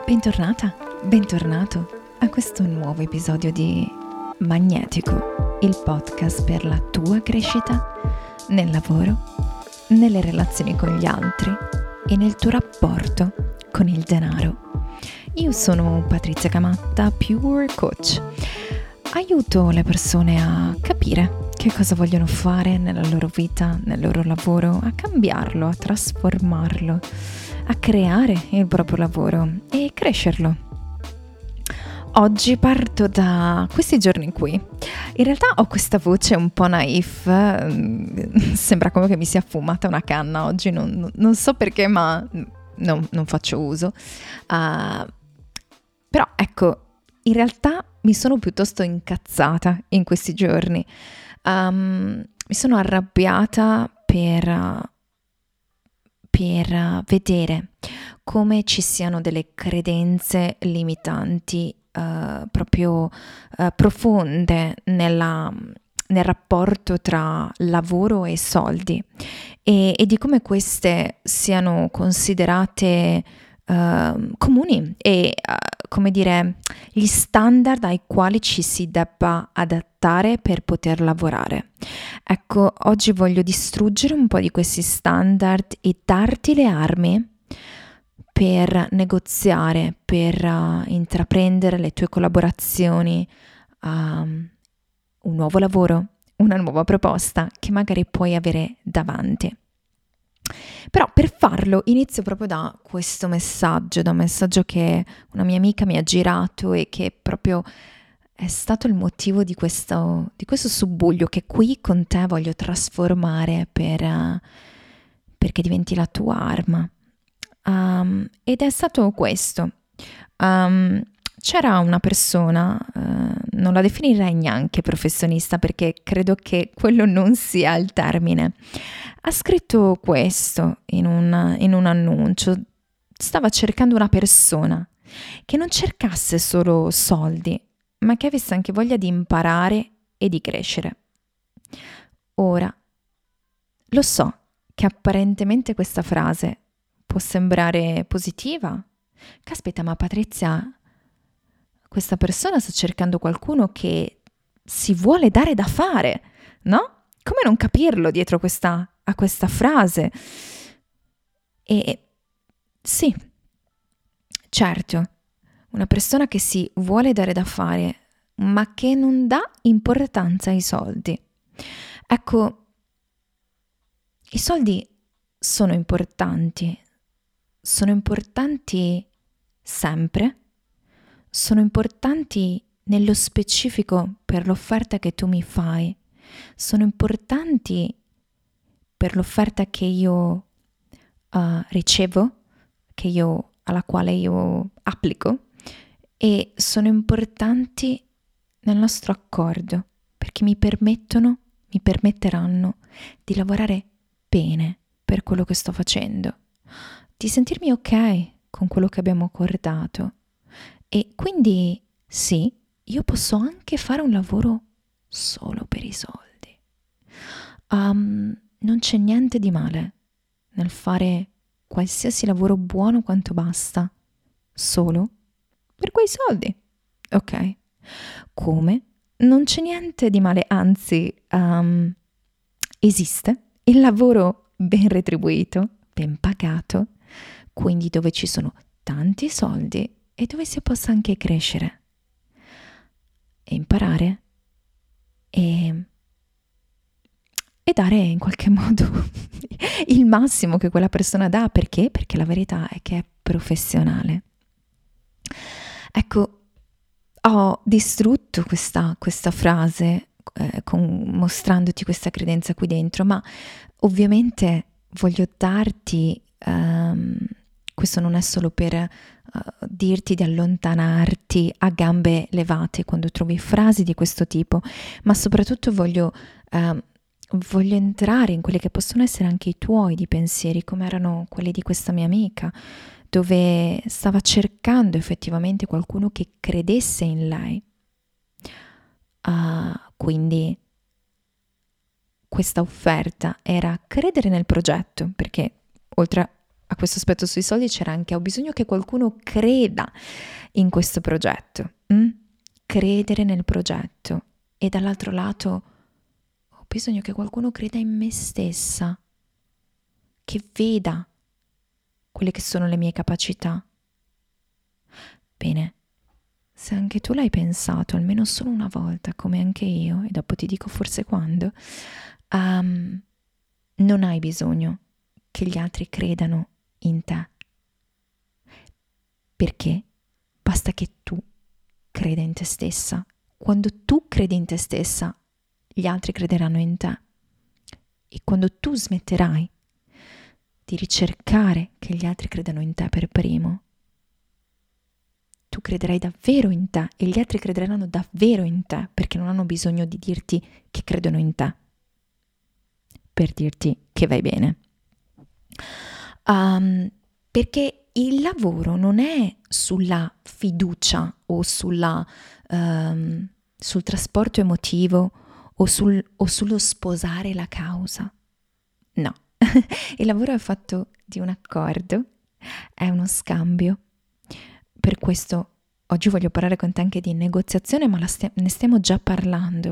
Bentornata, bentornato a questo nuovo episodio di Magnetico, il podcast per la tua crescita nel lavoro, nelle relazioni con gli altri e nel tuo rapporto con il denaro. Io sono Patrizia Camatta, Pure Coach. Aiuto le persone a capire che cosa vogliono fare nella loro vita, nel loro lavoro, a cambiarlo, a trasformarlo, a creare il proprio lavoro e crescerlo. Oggi parto da questi giorni qui. In realtà ho questa voce un po' naif, sembra come che mi sia fumata una canna oggi, non so perché, ma non faccio uso. Però ecco, in realtà mi sono piuttosto incazzata in questi giorni. Mi sono arrabbiata per vedere come ci siano delle credenze limitanti proprio profonde nel rapporto tra lavoro e soldi e di come queste siano considerate comuni e come dire gli standard ai quali ci si debba adattare per poter lavorare. Ecco, oggi voglio distruggere un po' di questi standard e darti le armi per negoziare, per intraprendere le tue collaborazioni, un nuovo lavoro, una nuova proposta che magari puoi avere davanti. Però per farlo inizio proprio da questo messaggio, da un messaggio che una mia amica mi ha girato e che proprio è stato il motivo di questo subbuglio che qui con te voglio trasformare perché diventi la tua arma. Ed è stato questo. C'era una persona, non la definirei neanche professionista perché credo che quello non sia il termine. Ha scritto questo in un annuncio. Stava cercando una persona che non cercasse solo soldi, ma che avesse anche voglia di imparare e di crescere. Ora, lo so che apparentemente questa frase può sembrare positiva. Caspita, ma Patrizia, questa persona sta cercando qualcuno che si vuole dare da fare, no? Come non capirlo dietro a questa frase? E sì, certo, una persona che si vuole dare da fare, ma che non dà importanza ai soldi. Ecco, i soldi sono importanti sempre, sono importanti nello specifico per l'offerta che tu mi fai, sono importanti per l'offerta che io ricevo, alla quale io applico, e sono importanti nel nostro accordo perché mi permetteranno di lavorare bene per quello che sto facendo, di sentirmi ok con quello che abbiamo accordato. E quindi sì, io posso anche fare un lavoro solo per i soldi. Non c'è niente di male nel fare qualsiasi lavoro buono quanto basta, solo per quei soldi, ok? Come? Non c'è niente di male, anzi, esiste il lavoro ben retribuito, ben pagato, quindi dove ci sono tanti soldi e dove si possa anche crescere e imparare e dare in qualche modo il massimo che quella persona dà. Perché? Perché la verità è che è professionale. Ecco, ho distrutto questa frase mostrandoti questa credenza qui dentro, ma ovviamente voglio darti, questo non è solo per dirti di allontanarti a gambe levate quando trovi frasi di questo tipo, ma soprattutto voglio entrare in quelli che possono essere anche i tuoi di pensieri, come erano quelli di questa mia amica, dove stava cercando effettivamente qualcuno che credesse in lei. Quindi questa offerta era credere nel progetto, perché oltre a questo aspetto sui soldi c'era anche ho bisogno che qualcuno creda in questo progetto, credere nel progetto, e dall'altro lato ho bisogno che qualcuno creda in me stessa, che veda quelle che sono le mie capacità. Bene, se anche tu l'hai pensato almeno solo una volta, come anche io, e dopo ti dico forse quando, non hai bisogno che gli altri credano in te, perché basta che tu creda in te stessa. Quando tu credi in te stessa, gli altri crederanno in te. E quando tu smetterai di ricercare che gli altri credano in te per primo, tu crederai davvero in te e gli altri crederanno davvero in te, perché non hanno bisogno di dirti che credono in te per dirti che vai bene. Perché il lavoro non è sulla fiducia o sul trasporto emotivo o sullo sposare la causa. No, il lavoro è fatto di un accordo, è uno scambio. Per questo oggi voglio parlare con te anche di negoziazione, ma ne stiamo già parlando.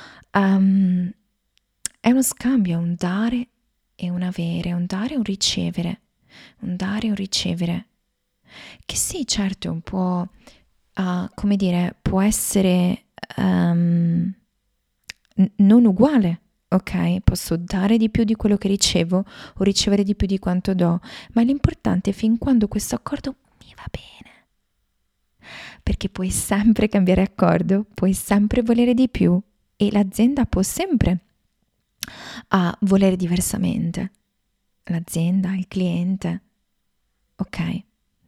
È uno scambio, è un dare e un avere, un dare e un ricevere, un dare e un ricevere. Che sì, certo, un po', come dire, può essere non uguale, ok? Posso dare di più di quello che ricevo o ricevere di più di quanto do, ma l'importante è fin quando questo accordo mi va bene. Perché puoi sempre cambiare accordo, puoi sempre volere di più e l'azienda può sempre volere diversamente. L'azienda, il cliente, ok?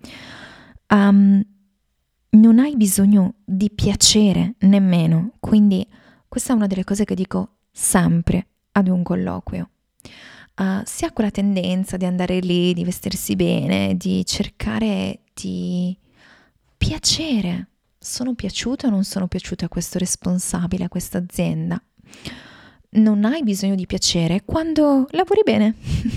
Non hai bisogno di piacere nemmeno, quindi questa è una delle cose che dico sempre ad un colloquio. Si ha quella tendenza di andare lì, di vestirsi bene, di cercare di piacere. Sono piaciuta o non sono piaciuta a questo responsabile, a questa azienda? Non hai bisogno di piacere quando lavori bene,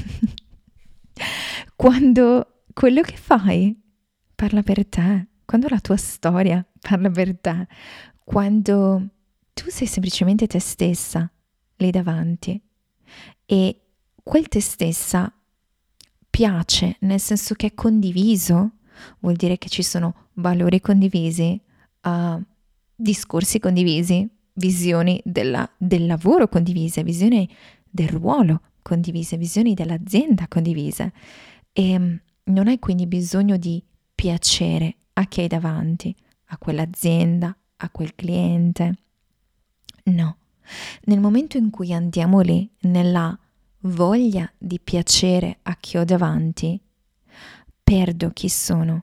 quando quello che fai parla per te, quando la tua storia parla per te, quando tu sei semplicemente te stessa lì davanti e quel te stessa piace, nel senso che è condiviso, vuol dire che ci sono valori condivisi, discorsi condivisi, visioni del lavoro condivise, visioni del ruolo condivise, visioni dell'azienda condivise, e non hai quindi bisogno di piacere a chi hai davanti, a quell'azienda, a quel cliente. No, nel momento in cui andiamo lì, nella voglia di piacere a chi ho davanti, perdo chi sono.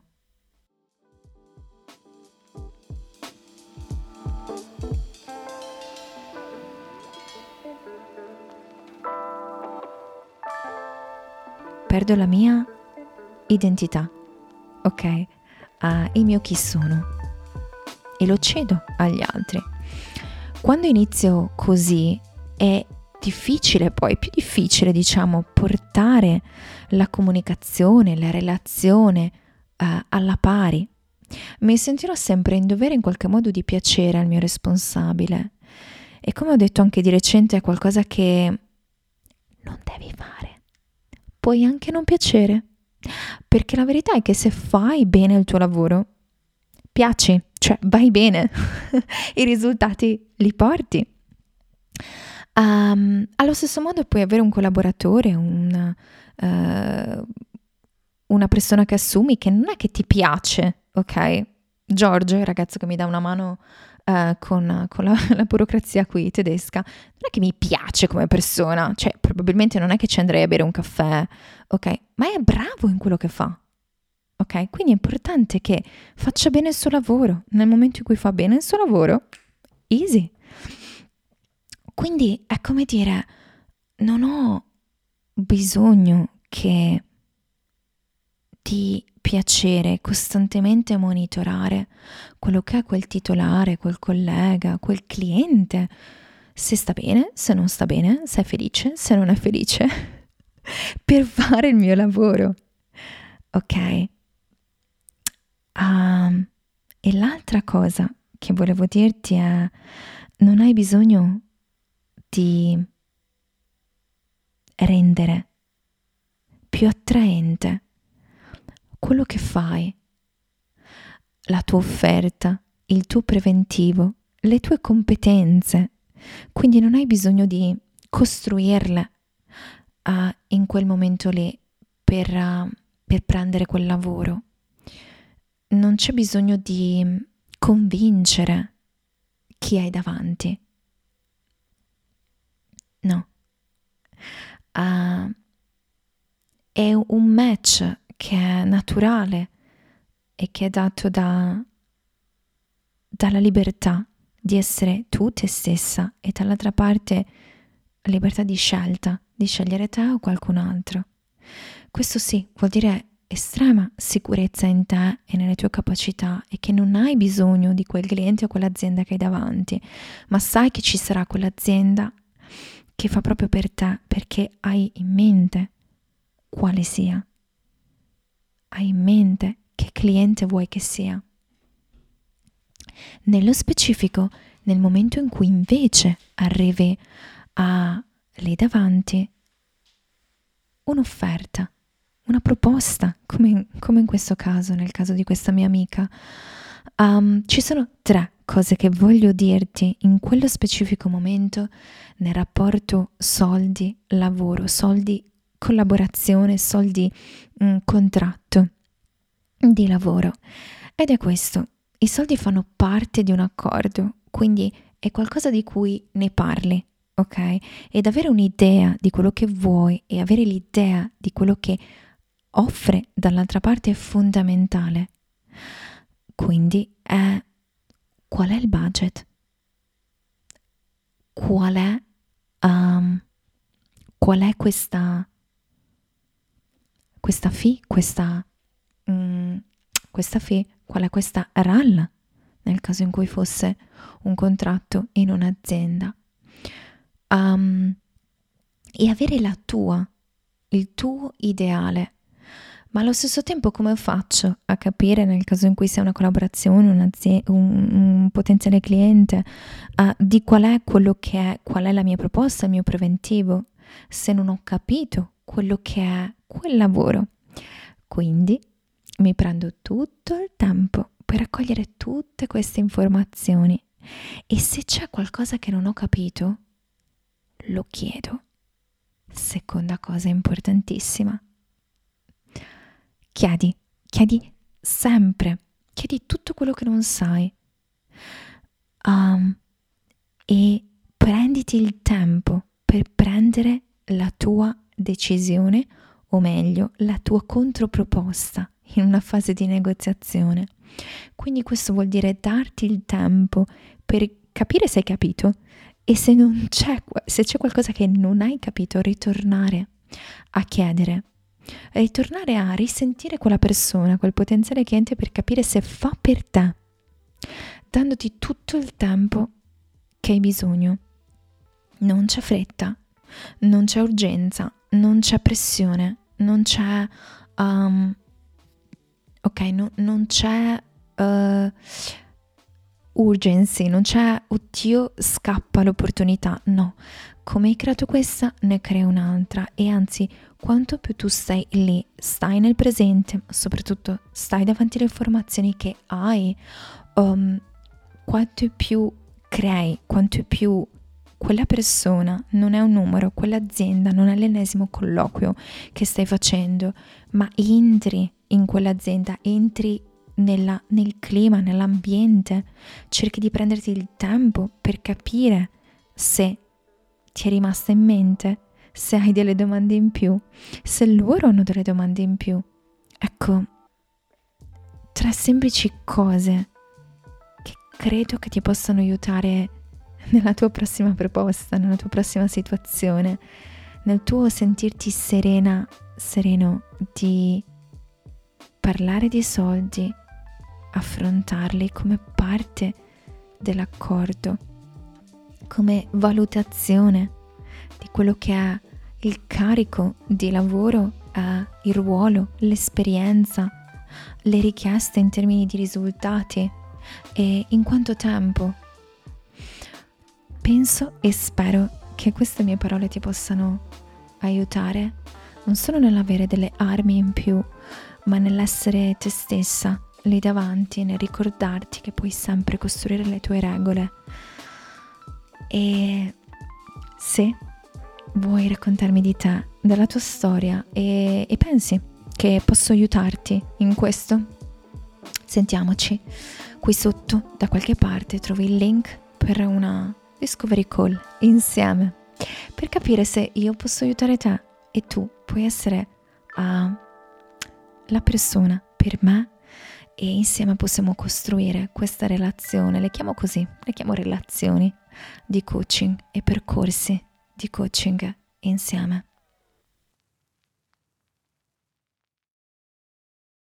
Perdo la mia identità, ok? Il mio chi sono, e lo cedo agli altri. Quando inizio così è difficile, poi più difficile, diciamo, portare la comunicazione, la relazione alla pari. Mi sentirò sempre in dovere in qualche modo di piacere al mio responsabile, e come ho detto anche di recente è qualcosa che non devi fare. Puoi anche non piacere, perché la verità è che se fai bene il tuo lavoro, piaci, cioè vai bene, i risultati li porti. Allo stesso modo puoi avere un collaboratore, una persona che assumi che non è che ti piace, ok? Giorgio, il ragazzo che mi dà una mano con la burocrazia qui tedesca, non è che mi piace come persona, cioè probabilmente non è che ci andrei a bere un caffè, ok? Ma è bravo in quello che fa, ok? Quindi è importante che faccia bene il suo lavoro. Nel momento in cui fa bene il suo lavoro, easy. Quindi è come dire, non ho bisogno che di piacere costantemente monitorare quello che è quel titolare, quel collega, quel cliente, se sta bene, se non sta bene, se è felice, se non è felice, per fare il mio lavoro. ok? E l'altra cosa che volevo dirti è: non hai bisogno di rendere più attraente quello che fai, la tua offerta, il tuo preventivo, le tue competenze. Quindi non hai bisogno di costruirle in quel momento lì per prendere quel lavoro. Non c'è bisogno di convincere chi hai davanti. No. È un match che è naturale e che è dato dalla libertà di essere tu te stessa e dall'altra parte la libertà di scelta, di scegliere te o qualcun altro. Questo sì, vuol dire estrema sicurezza in te e nelle tue capacità e che non hai bisogno di quel cliente o quell'azienda che hai davanti, ma sai che ci sarà quell'azienda che fa proprio per te perché hai in mente quale sia. Hai in mente che cliente vuoi che sia. Nello specifico, nel momento in cui invece arrivi a lì davanti un'offerta, una proposta, come in questo caso, nel caso di questa mia amica, ci sono 3 cose che voglio dirti in quello specifico momento nel rapporto soldi-lavoro, soldi-collaborazione, soldi-contratto di lavoro. Ed è questo: i soldi fanno parte di un accordo, quindi è qualcosa di cui ne parli, ok? Ed avere un'idea di quello che vuoi e avere l'idea di quello che offre dall'altra parte è fondamentale. Quindi qual è il budget? Qual è questa fee, questa fee, qual è questa RAL nel caso in cui fosse un contratto in un'azienda, e avere il tuo ideale. Ma allo stesso tempo come faccio a capire, nel caso in cui sia una collaborazione, un potenziale cliente, di qual è la mia proposta, il mio preventivo, se non ho capito quello che è quel lavoro? Quindi mi prendo tutto il tempo per raccogliere tutte queste informazioni e se c'è qualcosa che non ho capito, lo chiedo. Seconda cosa importantissima. Chiedi sempre, chiedi tutto quello che non sai, e prenditi il tempo per prendere la tua decisione, o meglio, la tua controproposta in una fase di negoziazione. Quindi questo vuol dire darti il tempo per capire se hai capito e se c'è qualcosa che non hai capito, ritornare a chiedere. Ritornare a risentire quella persona, quel potenziale cliente per capire se fa per te, dandoti tutto il tempo che hai bisogno. Non c'è fretta, non c'è urgenza, non c'è pressione, non c'è non c'è urgency, non c'è oddio scappa l'opportunità, no. Come hai creato questa, ne crei un'altra e anzi, quanto più tu stai lì, stai nel presente, ma soprattutto stai davanti alle informazioni che hai, quanto più crei, quanto più quella persona non è un numero, quell'azienda non è l'ennesimo colloquio che stai facendo, ma entri in quell'azienda, entri nel clima, nell'ambiente, cerchi di prenderti il tempo per capire se ti è rimasta in mente, se hai delle domande in più, se loro hanno delle domande in più. Ecco, 3 semplici cose che credo che ti possano aiutare nella tua prossima proposta, nella tua prossima situazione, nel tuo sentirti sereno di parlare di soldi, affrontarli come parte dell'accordo, come valutazione di quello che è il carico di lavoro il ruolo, l'esperienza, le richieste in termini di risultati e in quanto tempo. Penso e spero che queste mie parole ti possano aiutare non solo nell'avere delle armi in più, ma nell'essere te stessa lì davanti, nel ricordarti che puoi sempre costruire le tue regole. E se vuoi raccontarmi di te, della tua storia e pensi che posso aiutarti in questo, sentiamoci. Qui sotto da qualche parte trovi il link per una Discovery Call insieme per capire se io posso aiutare te e tu puoi essere la persona per me, e insieme possiamo costruire questa relazione. Le chiamo così, le chiamo relazioni di coaching e percorsi di coaching insieme.